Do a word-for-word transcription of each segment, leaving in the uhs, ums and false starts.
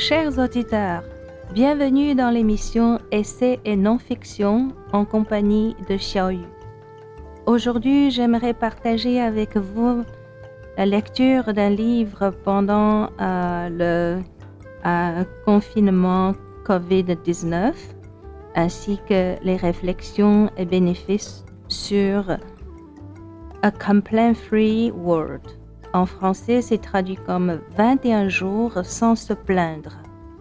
Chers auditeurs, bienvenue dans l'émission Essais et non-fiction en compagnie de Xiaoyu. Aujourd'hui, j'aimerais partager avec vous la lecture d'un livre pendant euh, le euh, confinement covid dix-neuf, ainsi que les réflexions et bénéfices sur A Complaint-Free World. En français, c'est traduit comme vingt et un jours sans se plaindre.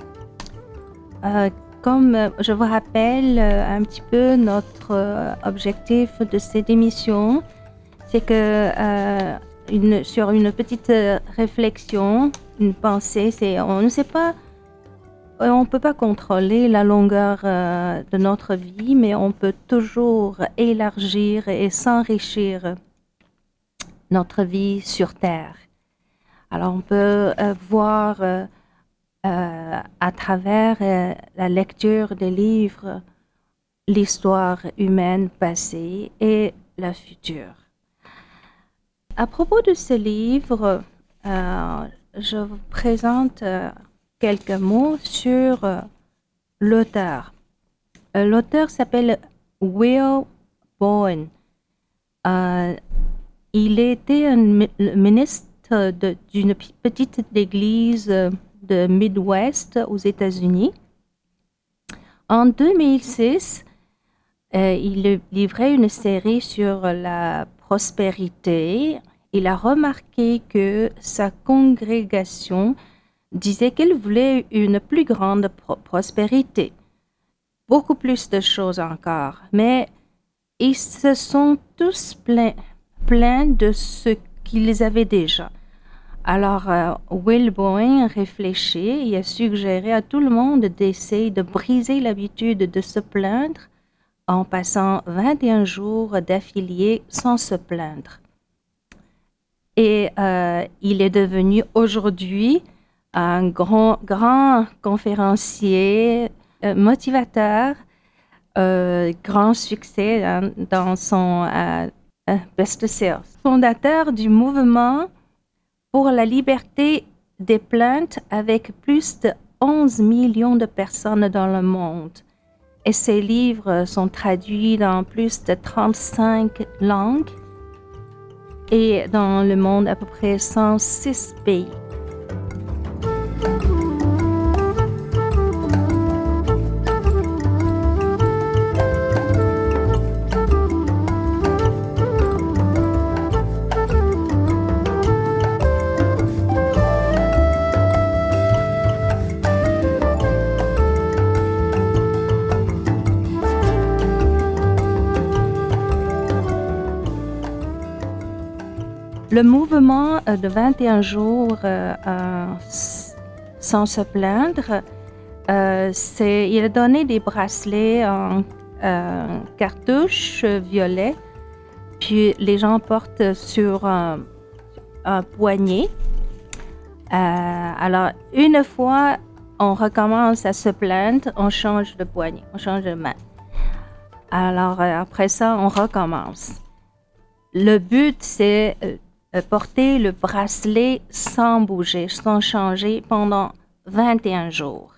Euh, comme euh, je vous rappelle euh, un petit peu notre euh, objectif de cette émission, c'est que euh, une, sur une petite euh, réflexion, une pensée, c'est on ne sait pas, on ne peut pas contrôler la longueur euh, de notre vie, mais on peut toujours élargir et s'enrichir notre vie sur Terre. Alors on peut euh, voir euh, euh, à travers euh, la lecture des livres l'histoire humaine passée et la future. À propos de ce livre, euh, je vous présente euh, quelques mots sur euh, l'auteur. Euh, l'auteur s'appelle Will Bowen. Euh, il était un mi- ministre de- d'une p- petite église de Midwest aux États-Unis. En deux mille six, euh, il livrait une série sur la prospérité. Il a remarqué que sa congrégation disait qu'elle voulait une plus grande pro- prospérité, beaucoup plus de choses encore, mais ils se sont tous plaints, plaints de ce qu'ils avaient déjà. Alors, euh, Will Bowen réfléchit et a suggéré à tout le monde d'essayer de briser l'habitude de se plaindre en passant vingt et un jours d'affilée sans se plaindre. Et euh, il est devenu aujourd'hui un grand, grand conférencier, euh, motivateur, euh, grand succès hein, dans son euh, euh, best-seller. Fondateur du mouvement pour la liberté des plaintes avec plus de onze millions de personnes dans le monde. Et ses livres sont traduits dans plus de trente-cinq langues et dans le monde à peu près cent six pays. Le mouvement euh, de vingt et un jours euh, euh, sans se plaindre, euh, c'est, il a donné des bracelets en euh, cartouche violet, puis les gens portent sur un, un poignet. Euh, alors, une fois on recommence à se plaindre, on change de poignet, on change de main. Alors, euh, après ça, on recommence. Le but, c'est euh, porter le bracelet sans bouger, sans changer pendant vingt et un jours.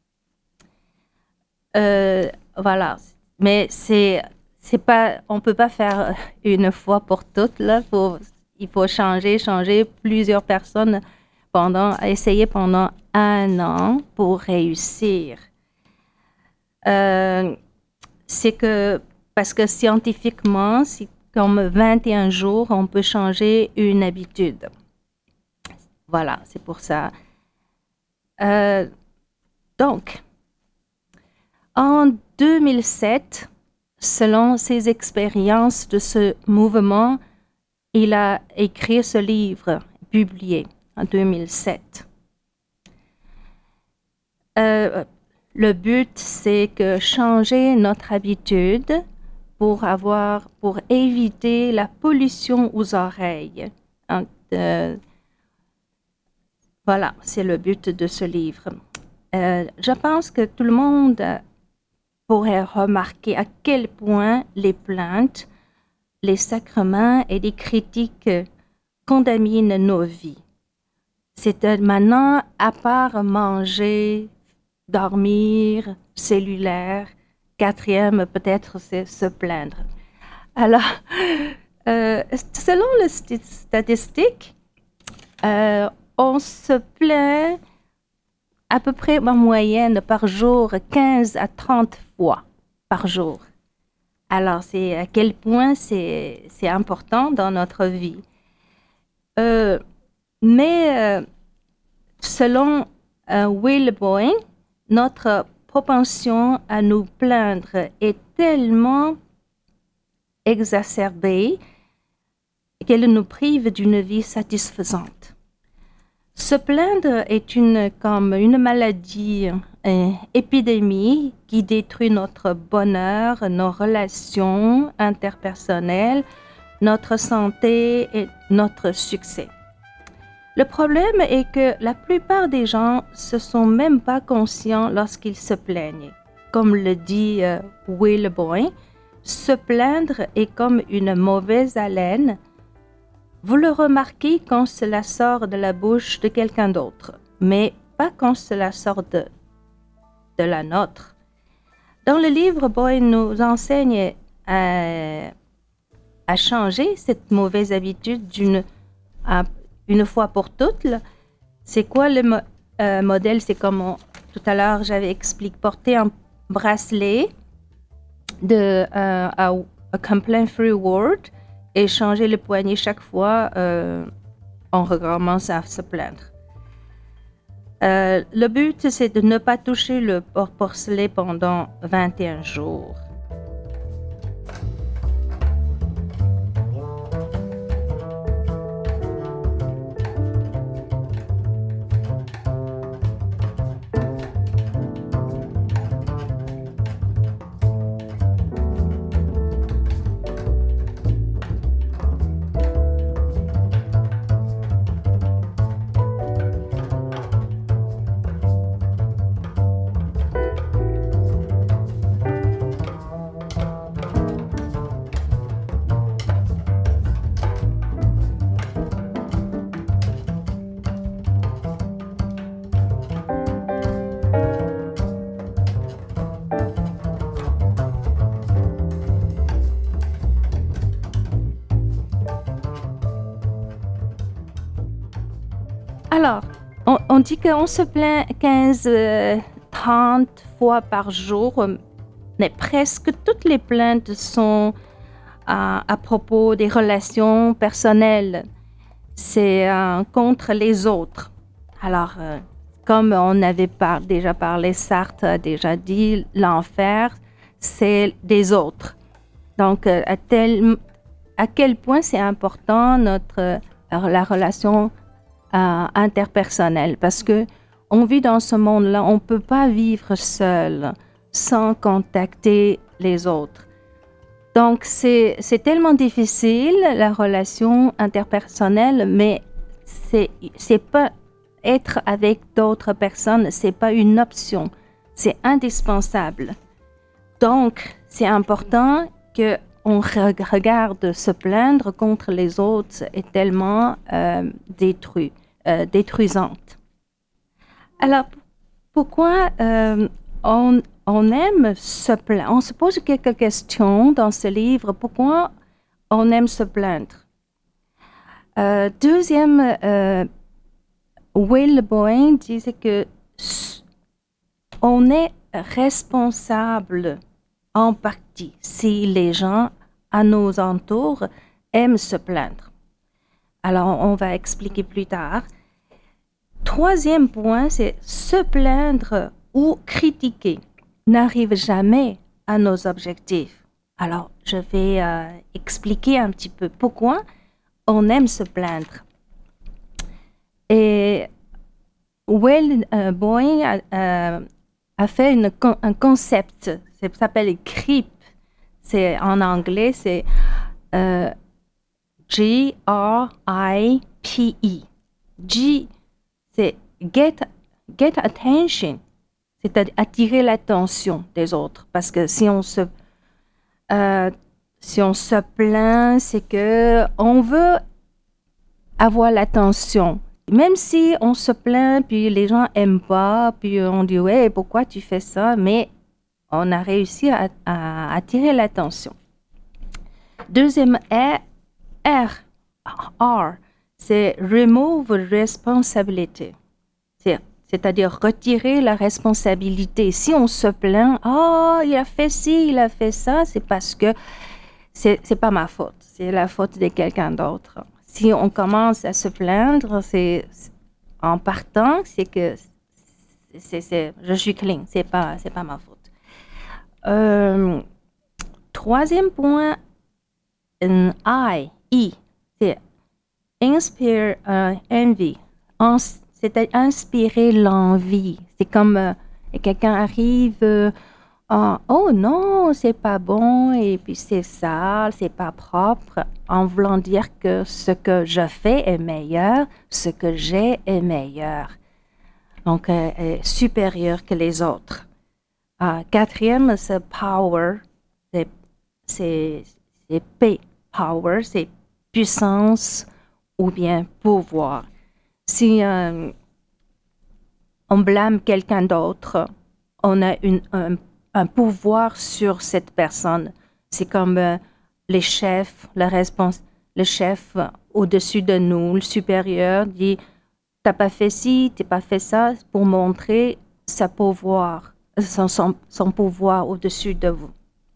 Euh, voilà. Mais c'est, c'est pas, on peut pas faire une fois pour toutes, là. Faut, il faut changer, changer plusieurs personnes pendant, essayer pendant un an pour réussir. Euh, c'est que, parce que scientifiquement, c'est comme vingt et un jours, on peut changer une habitude. Voilà, c'est pour ça. Euh, donc, en deux mille sept, selon ses expériences de ce mouvement, il a écrit ce livre, publié en deux mille sept. Euh, le but, c'est que changer notre habitude pour avoir, pour éviter la pollution aux oreilles. Hein, de, voilà, c'est le but de ce livre. Euh, je pense que tout le monde pourrait remarquer à quel point les plaintes, les sacrements et les critiques contaminent nos vies. C'est euh, maintenant, à part manger, dormir, cellulaire, quatrième, peut-être, c'est se plaindre. Alors, euh, selon les sti- statistiques, euh, on se plaint à peu près en moyenne par jour quinze à trente fois par jour. Alors, c'est à quel point c'est, c'est important dans notre vie. Euh, mais euh, selon euh, Will Boeing, notre propension à nous plaindre est tellement exacerbée qu'elle nous prive d'une vie satisfaisante. Se plaindre est une, comme une maladie, une épidémie qui détruit notre bonheur, nos relations interpersonnelles, notre santé et notre succès. Le problème est que la plupart des gens se sont même pas conscients lorsqu'ils se plaignent. Comme le dit euh, Will Boeing, se plaindre est comme une mauvaise haleine. Vous le remarquez quand cela sort de la bouche de quelqu'un d'autre, mais pas quand cela sort de, de la nôtre. Dans le livre, Boeing nous enseigne à, à changer cette mauvaise habitude d'une à, une fois pour toutes. C'est quoi le mo- euh, modèle? C'est comme on- tout à l'heure j'avais expliqué, porter un bracelet de euh, a, a complaint-free word et changer le poignet chaque fois euh, on recommence à se plaindre. Euh, le but, c'est de ne pas toucher le por- porcelet pendant vingt et un jours. Alors, on, on dit qu'on se plaint quinze, trente fois par jour, mais presque toutes les plaintes sont à, à propos des relations personnelles. C'est euh, contre les autres. Alors, euh, comme on avait par, déjà parlé, Sartre a déjà dit, l'enfer, c'est des autres. Donc, euh, à, tel, à quel point c'est important notre, euh, la relation euh, interpersonnelle, parce que on vit dans ce monde-là, on ne peut pas vivre seul sans contacter les autres. Donc, c'est, c'est tellement difficile, la relation interpersonnelle, mais c'est, c'est pas être avec d'autres personnes, c'est pas une option, c'est indispensable. Donc, c'est important que on re- regarde se plaindre contre les autres est tellement euh, détruit, euh, détruisante. Alors, pourquoi euh, on, on aime se plaindre? On se pose quelques questions dans ce livre. Pourquoi on aime se plaindre? Euh, deuxième, euh, Will Boeing disait que on est responsable en partie si les gens à nos entours aiment se plaindre. Alors, on va expliquer plus tard. Troisième point, c'est se plaindre ou critiquer n'arrive jamais à nos objectifs. Alors, je vais euh, expliquer un petit peu pourquoi on aime se plaindre. Et Will euh, Boeing a, a, a fait une, un concept, ça s'appelle CRIP. C'est, en anglais, c'est euh, G R I P E. G, c'est get, get attention, c'est attirer l'attention des autres. Parce que si on se, euh, si on se plaint, c'est que on veut avoir l'attention Même si on se plaint, puis les gens aiment pas, puis on dit ouais, pourquoi tu fais ça, mais on a réussi à, à attirer l'attention. Deuxième R, R, R, c'est remove responsibility. C'est, c'est-à-dire retirer la responsabilité. Si on se plaint, oh, il a fait ci, il a fait ça, c'est parce que c'est, c'est pas ma faute, c'est la faute de quelqu'un d'autre. Si on commence à se plaindre, c'est, en partant, c'est que c'est, c'est, je suis clean, c'est pas, c'est pas ma faute. Euh, troisième point, un I, I, c'est inspire uh, envy, Ins, c'est inspirer l'envie. C'est comme euh, quelqu'un arrive, euh, oh, oh non, c'est pas bon, et puis c'est sale, c'est pas propre, en voulant dire que ce que je fais est meilleur, ce que j'ai est meilleur, donc euh, est supérieur que les autres. Uh, quatrième, c'est power, c'est, c'est, c'est P, power, c'est puissance ou bien pouvoir. Si euh, on blâme quelqu'un d'autre, on a une, un, un pouvoir sur cette personne. C'est comme euh, les chefs, le, respons- le chef au-dessus de nous, le supérieur, dit « t'as pas fait ci, t'as pas fait ça » pour montrer sa pouvoir, son, son, son pouvoir au-dessus de vous.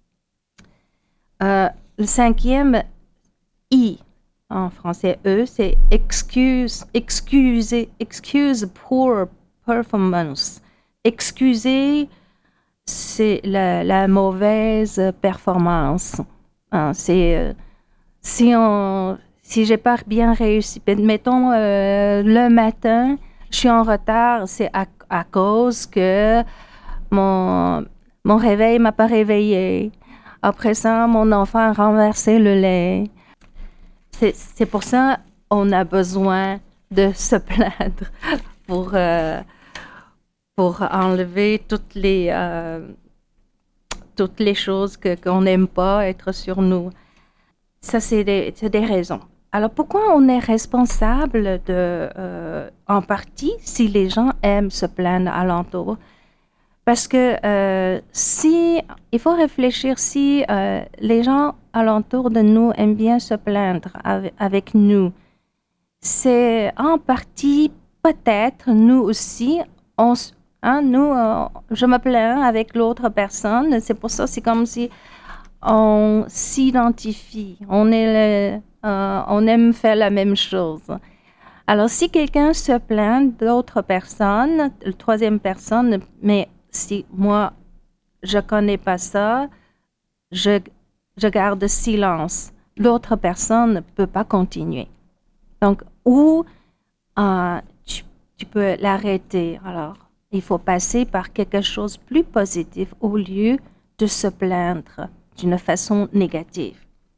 Euh, le cinquième, I, en français E, c'est excuse, excuser, excuse poor performance. Excuser, c'est la, la mauvaise performance. Hein, c'est euh, si on, si j'ai pas bien réussi, mettons euh, le matin, je suis en retard, c'est à, à cause que mon mon réveil m'a pas réveillé. Après ça, mon enfant a renversé le lait. C'est, c'est pour ça qu'on a besoin de se plaindre pour, euh, pour enlever toutes les, euh, toutes les choses que, qu'on n'aime pas être sur nous. Ça, c'est des, c'est des raisons. Alors, pourquoi on est responsable de, euh, en partie, si les gens aiment se plaindre alentour? Parce que euh, si, il faut réfléchir si euh, les gens alentour de nous aiment bien se plaindre avec, avec nous. C'est en partie, peut-être, nous aussi, on, hein, nous, euh, je me plains avec l'autre personne. C'est pour ça, c'est comme si on s'identifie, on, est le, euh, on aime faire la même chose. Alors, si quelqu'un se plaint d'autres personnes, la troisième personne, mais si moi, je ne connais pas ça, je, je garde silence. L'autre personne ne peut pas continuer. Donc, ou euh, tu, tu peux l'arrêter. Alors, il faut passer par quelque chose de plus positif au lieu de se plaindre d'une façon négative.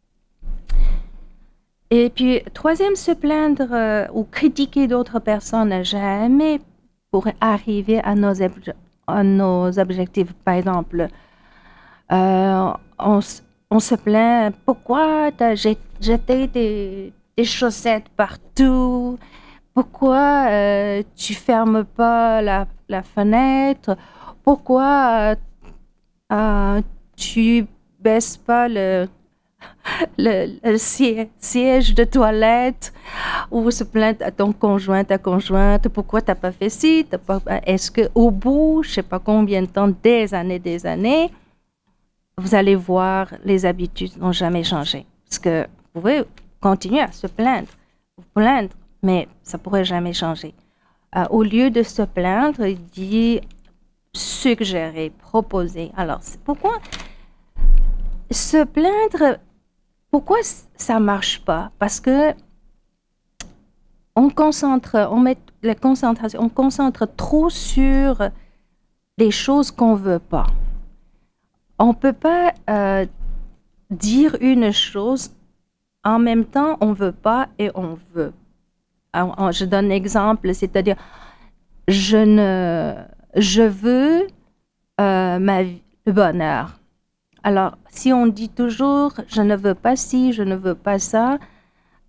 Et puis, troisième, se plaindre euh, ou critiquer d'autres personnes jamais pour arriver à nos, à nos objectifs. Par exemple, euh, on, on se plaint, pourquoi tu as jeté des, des chaussettes partout? Pourquoi euh, tu fermes pas la, la fenêtre? Pourquoi euh, euh, tu baisses pas le, le, le siège de toilette? Ou se plaindre à ton conjoint, ta conjointe, pourquoi t'as pas fait ci? T'as pas... Est-ce qu'au bout, je sais pas combien de temps, des années, des années, vous allez voir, les habitudes n'ont jamais changé. Parce que vous pouvez continuer à se plaindre, vous plaindre, mais ça ne pourrait jamais changer. Euh, au lieu de se plaindre, il dit suggérer, proposer. Alors, pourquoi se plaindre, pourquoi ça ne marche pas? Parce que on concentre, on met la concentration, on concentre trop sur les choses qu'on ne veut pas. On ne peut pas euh, dire une chose en même temps, on ne veut pas et on veut. Alors, je donne un exemple, c'est-à-dire, je, ne, je veux euh, ma vie, le bonheur. Alors, si on dit toujours, je ne veux pas ci, je ne veux pas ça,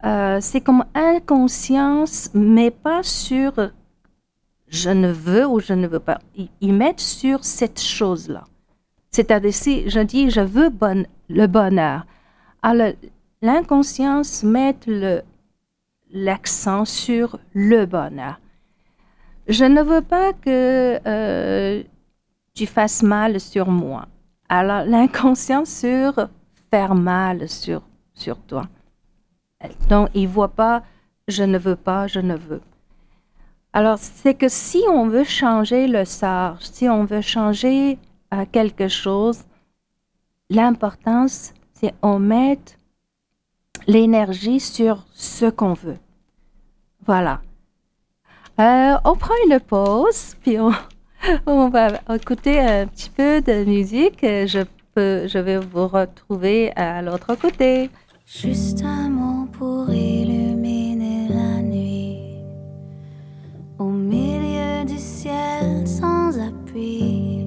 euh, c'est comme inconscience, mais pas sur je ne veux ou je ne veux pas. Ils, ils mettent sur cette chose-là. C'est-à-dire, si je dis je veux bon, le bonheur, alors l'inconscience met le, l'accent sur le bonheur. Je ne veux pas que euh, tu fasses mal sur moi. Alors l'inconscient sur faire mal sur, sur toi. Donc il ne voit pas je ne veux pas, je ne veux. Alors c'est que si on veut changer le sort, si on veut changer euh, quelque chose, l'importance c'est on met l'énergie sur ce qu'on veut. Voilà. Euh, on prend une pause, puis on, on va écouter un petit peu de musique. Je, peux, je vais vous retrouver à l'autre côté. Juste un mot pour illuminer la nuit, au milieu du ciel sans appui.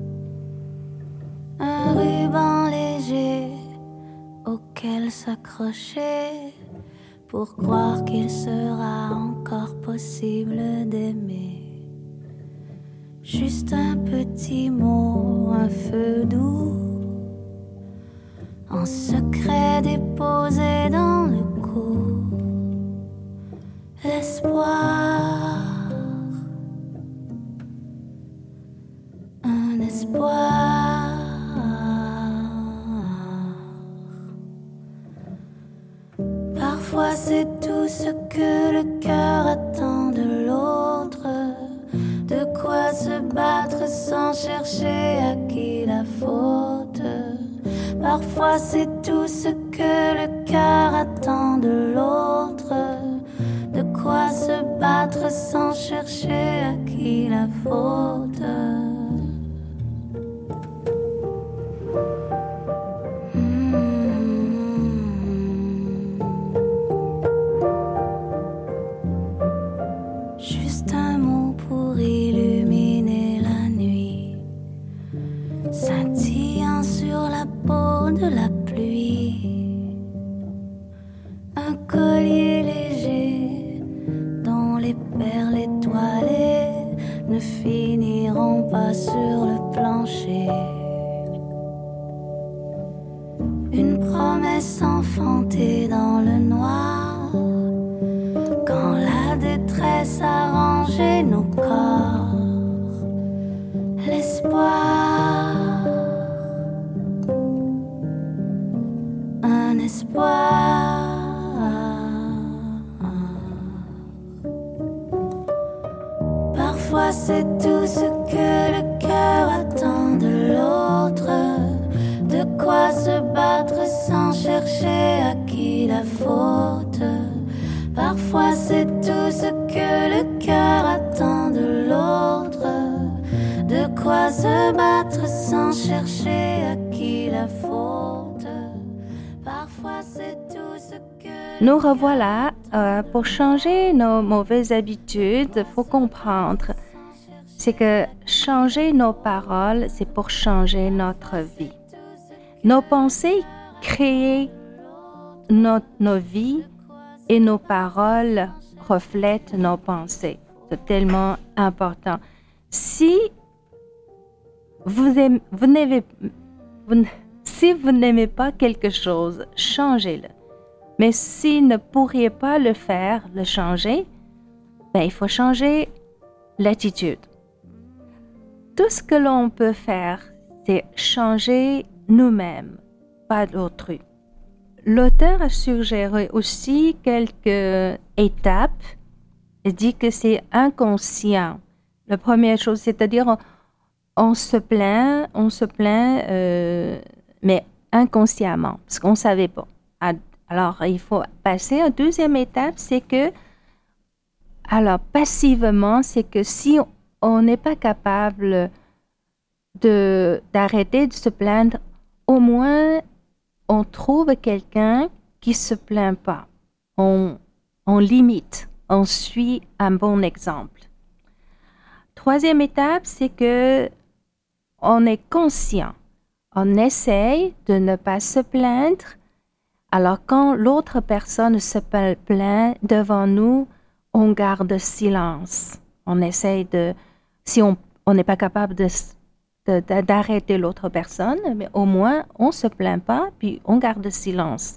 Un ruban léger auquel s'accrocher pour croire qu'il sera encore possible d'aimer. Juste un petit mot, un feu doux, en secret déposé dans le cou. L'espoir, un espoir. Parfois c'est tout ce que le cœur attend de l'autre, de quoi se battre sans chercher à qui la faute. Parfois c'est tout ce que le cœur attend de l'autre, de quoi se battre sans chercher à qui la faute. De la pluie, un collier léger dont les perles étoilées ne finiront pas sur le plancher. Une promesse enfantée dans le noir, quand la détresse a rangé nos corps. L'espoir, espoir. Parfois c'est tout ce que le cœur attend de l'autre, de quoi se battre sans chercher à qui la faute. Parfois c'est tout ce que le cœur attend de l'autre, de quoi se battre sans chercher à qui la faute. Nous revoilà. Euh, pour changer nos mauvaises habitudes, il faut comprendre, c'est que changer nos paroles, c'est pour changer notre vie. Nos pensées créent notre, nos vies et nos paroles reflètent nos pensées. C'est tellement important. Si vous, aimez, vous n'avez... Vous, Si vous n'aimez pas quelque chose, changez-le. Mais si vous ne pourriez pas le faire, le changer, ben, il faut changer l'attitude. Tout ce que l'on peut faire, c'est changer nous-mêmes, pas d'autrui. L'auteur a suggéré aussi quelques étapes. Il dit que c'est inconscient. La première chose, c'est-à-dire on, on se plaint, on se plaint, euh, mais inconsciemment, parce qu'on ne savait pas. Alors, il faut passer à la deuxième étape, c'est que, alors, passivement, c'est que si on n'est pas capable de, d'arrêter de se plaindre, au moins, on trouve quelqu'un qui ne se plaint pas. On, on limite, on suit un bon exemple. Troisième étape, c'est que on est conscient. On essaye de ne pas se plaindre. Alors, quand l'autre personne se plaint devant nous, on garde silence. On essaye de, si on on n'est pas capable de, de, de, d'arrêter l'autre personne, mais au moins, on ne se plaint pas, puis on garde silence.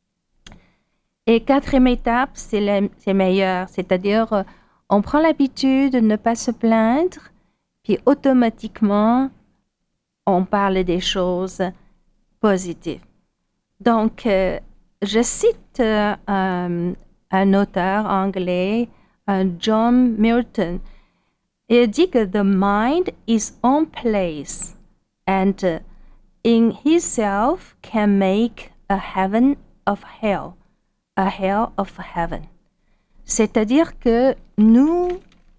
Et quatrième étape, c'est, le, c'est meilleur, c'est-à-dire, euh, on prend l'habitude de ne pas se plaindre, puis automatiquement, on parle des choses positives. Donc, euh, je cite euh, un, un auteur anglais, un John Milton. Il dit que the mind is on place and uh, in himself can make a heaven of hell, a hell of heaven. C'est-à-dire que nous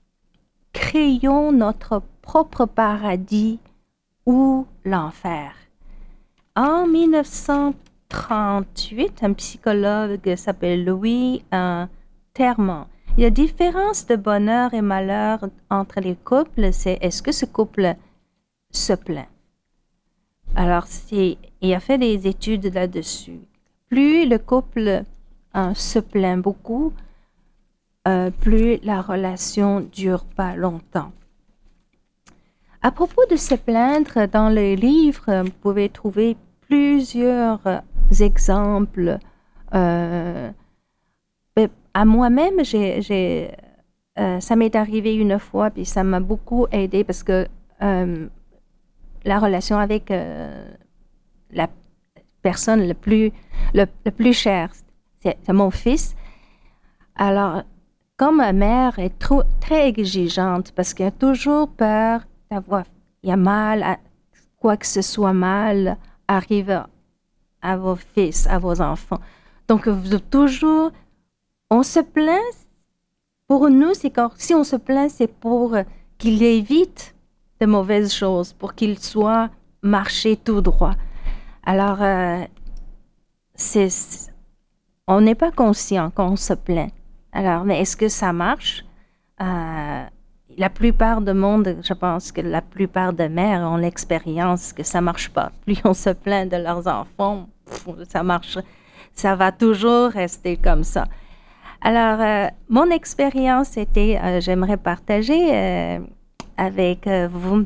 créons notre propre paradis ou l'enfer. En dix-neuf cent trente-huit, un psychologue s'appelle Louis euh, Terman. Il y a différence de bonheur et malheur entre les couples, c'est est-ce que ce couple se plaint? Alors, c'est, il a fait des études là-dessus. Plus le couple euh, se plaint beaucoup, euh, plus la relation dure pas longtemps. À propos de se plaindre, dans les livres, vous pouvez trouver plusieurs exemples. Euh, à moi-même, j'ai, j'ai, euh, ça m'est arrivé une fois, puis ça m'a beaucoup aidé parce que euh, la relation avec euh, la personne le plus, le, le plus chère, c'est, c'est mon fils. Alors, quand ma mère est trop, très exigeante parce qu'elle a toujours peur d'avoir, il y a mal, à, quoi que ce soit mal arrive à vos fils, à vos enfants. Donc, vous toujours, on se plaint, pour nous, c'est quand, si on se plaint, c'est pour qu'il évite de mauvaises choses, pour qu'il soit marché tout droit. Alors, euh, c'est, on n'est pas conscient quand on se plaint. Alors, mais est-ce que ça marche? Euh, la plupart du monde, je pense que la plupart des mères ont l'expérience que ça marche pas. Plus on se plaint de leurs enfants, ça marche, ça va toujours rester comme ça. Alors, euh, mon expérience était, euh, j'aimerais partager euh, avec euh, vous.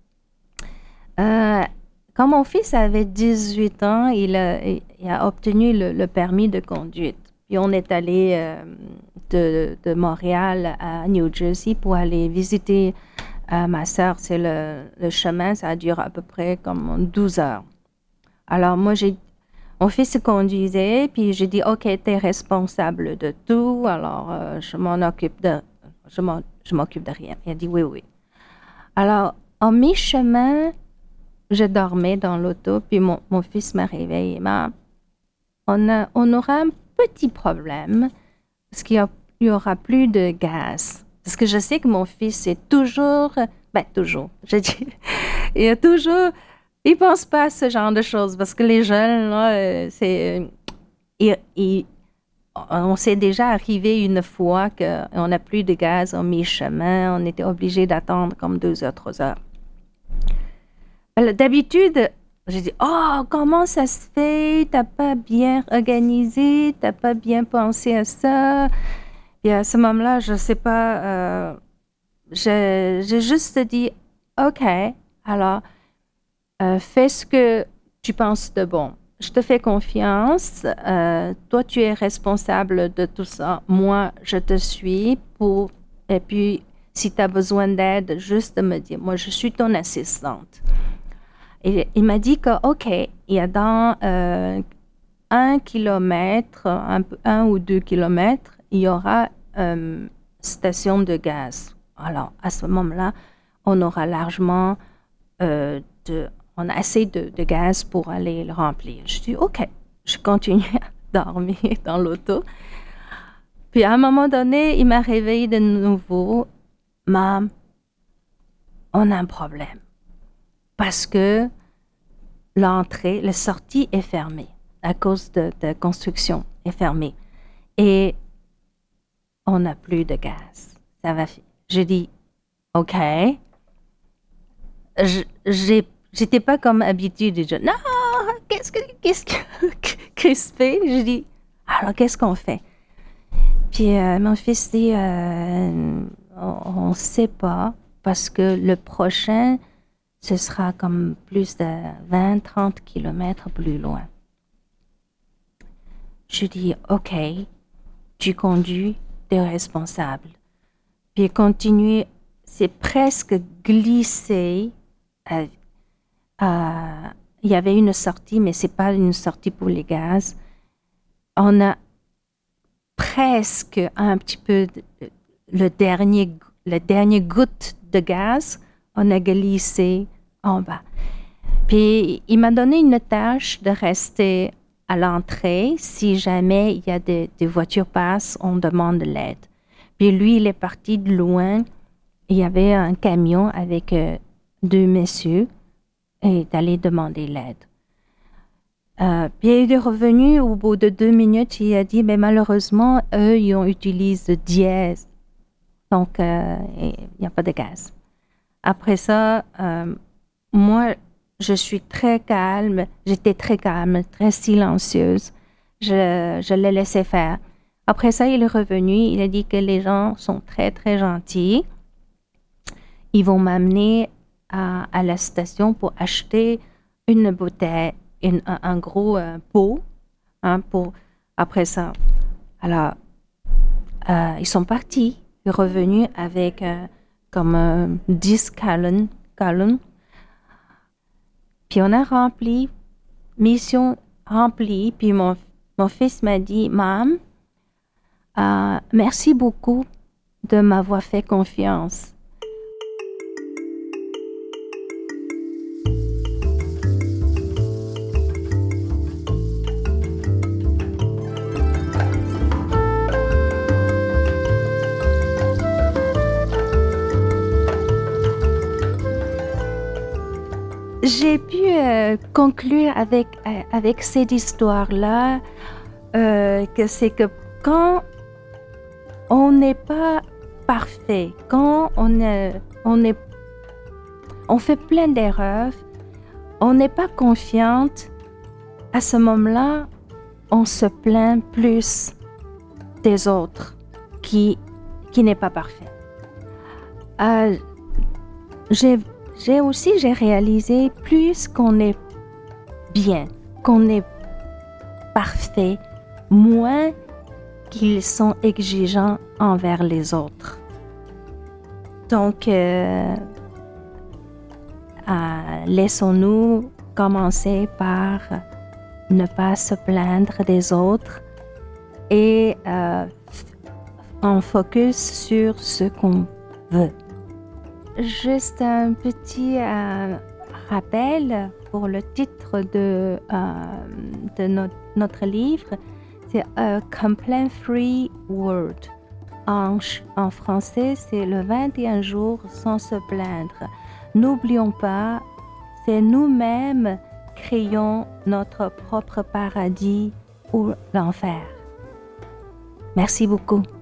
Euh, quand mon fils avait dix-huit ans, il a, il a obtenu le, le permis de conduite. Puis on est allé euh, de, de Montréal à New Jersey pour aller visiter euh, ma sœur. C'est le, le chemin, ça dure à peu près comme douze heures. Alors moi, j'ai, mon fils conduisait, puis j'ai dit, OK, t'es responsable de tout, alors euh, je m'en occupe de, je, m'en, je m'occupe de rien. Il a dit oui, oui. Alors, en mi-chemin, je dormais dans l'auto, puis mon, mon fils m'a réveillé. Ma, on, a, on aura un petit problème, parce qu'il n'y aura plus de gaz. Parce que je sais que mon fils est toujours, ben toujours, je dis, il est toujours, il pense pas à ce genre de choses, parce que les jeunes, là, c'est, il, il, on s'est déjà arrivé une fois qu'on n'a plus de gaz en mi-chemin, on était obligé d'attendre comme deux heures, trois heures. Alors, d'habitude, j'ai dit, oh, comment ça se fait? T'as pas bien organisé, t'as pas bien pensé à ça. Et à ce moment-là, je sais pas, euh, j'ai, j'ai juste dit, OK, alors, euh, fais ce que tu penses de bon. Je te fais confiance. Euh, toi, tu es responsable de tout ça. Moi, je te suis pour, et puis, si tu as besoin d'aide, juste me dire. Moi, je suis ton assistante. Et il m'a dit que, OK, il y a dans euh, un kilomètre, un, un ou deux kilomètres, il y aura une euh, station de gaz. Alors, à ce moment-là, on aura largement, euh, de, on a assez de, de gaz pour aller le remplir. Je dis, OK, je continue à dormir dans l'auto. Puis, à un moment donné, il m'a réveillé de nouveau. Maman, on a un problème. Parce que l'entrée, la sortie est fermée à cause de la construction est fermée. Et on n'a plus de gaz. Ça va. J'ai dit, OK. Je, j'ai, j'étais pas comme habituée de dire, non, qu'est-ce que, qu'est-ce que, crispée. Je dis, alors qu'est-ce qu'on fait? Puis euh, mon fils dit, euh, on ne sait pas parce que le prochain, ce sera comme plus de vingt à trente kilomètres plus loin. Je dis, OK, tu conduis, tu es responsable. Puis continue, c'est presque glissé. Euh, euh, il y avait une sortie, mais ce n'est pas une sortie pour les gaz. On a presque un petit peu de, le dernier, le dernier goutte de gaz, on a glissé en bas. Puis il m'a donné une tâche de rester à l'entrée. Si jamais il y a des, des voitures passent, on demande l'aide. Puis lui, il est parti de loin. Il y avait un camion avec euh, deux messieurs et d'aller demander l'aide. Euh, puis il est revenu au bout de deux minutes. Il a dit, mais malheureusement, eux, ils ont utilisé le dièse. Donc, euh, il n'y a pas de gaz. Après ça, euh, moi, je suis très calme. J'étais très calme, très silencieuse. Je, je l'ai laissé faire. Après ça, il est revenu. Il a dit que les gens sont très, très gentils. Ils vont m'amener à, à la station pour acheter une bouteille, une, un, un gros euh, pot. Hein, pour, après ça, alors, euh, ils sont partis. Ils sont revenus avec euh, comme euh, dix gallons, gallons. Puis on a rempli, mission remplie. Puis mon, mon fils m'a dit, Maman, euh, merci beaucoup de m'avoir fait confiance. J'ai pu euh, conclure avec, euh, avec cette histoire-là euh, que c'est que quand on n'est pas parfait, quand on, est, on, est, on fait plein d'erreurs, on n'est pas confiante, à ce moment-là, on se plaint plus des autres qui, qui n'est pas parfait. Euh, j'ai J'ai aussi j'ai réalisé plus qu'on est bien, qu'on est parfait, moins qu'ils sont exigeants envers les autres. Donc, euh, euh, laissons-nous commencer par ne pas se plaindre des autres et euh, en focus sur ce qu'on veut. Juste un petit euh, rappel pour le titre de, euh, de no- notre livre, c'est A Complaint-Free World. En, en français, c'est le vingt et un jours sans se plaindre. N'oublions pas, c'est nous-mêmes créons notre propre paradis ou l'enfer. Merci beaucoup.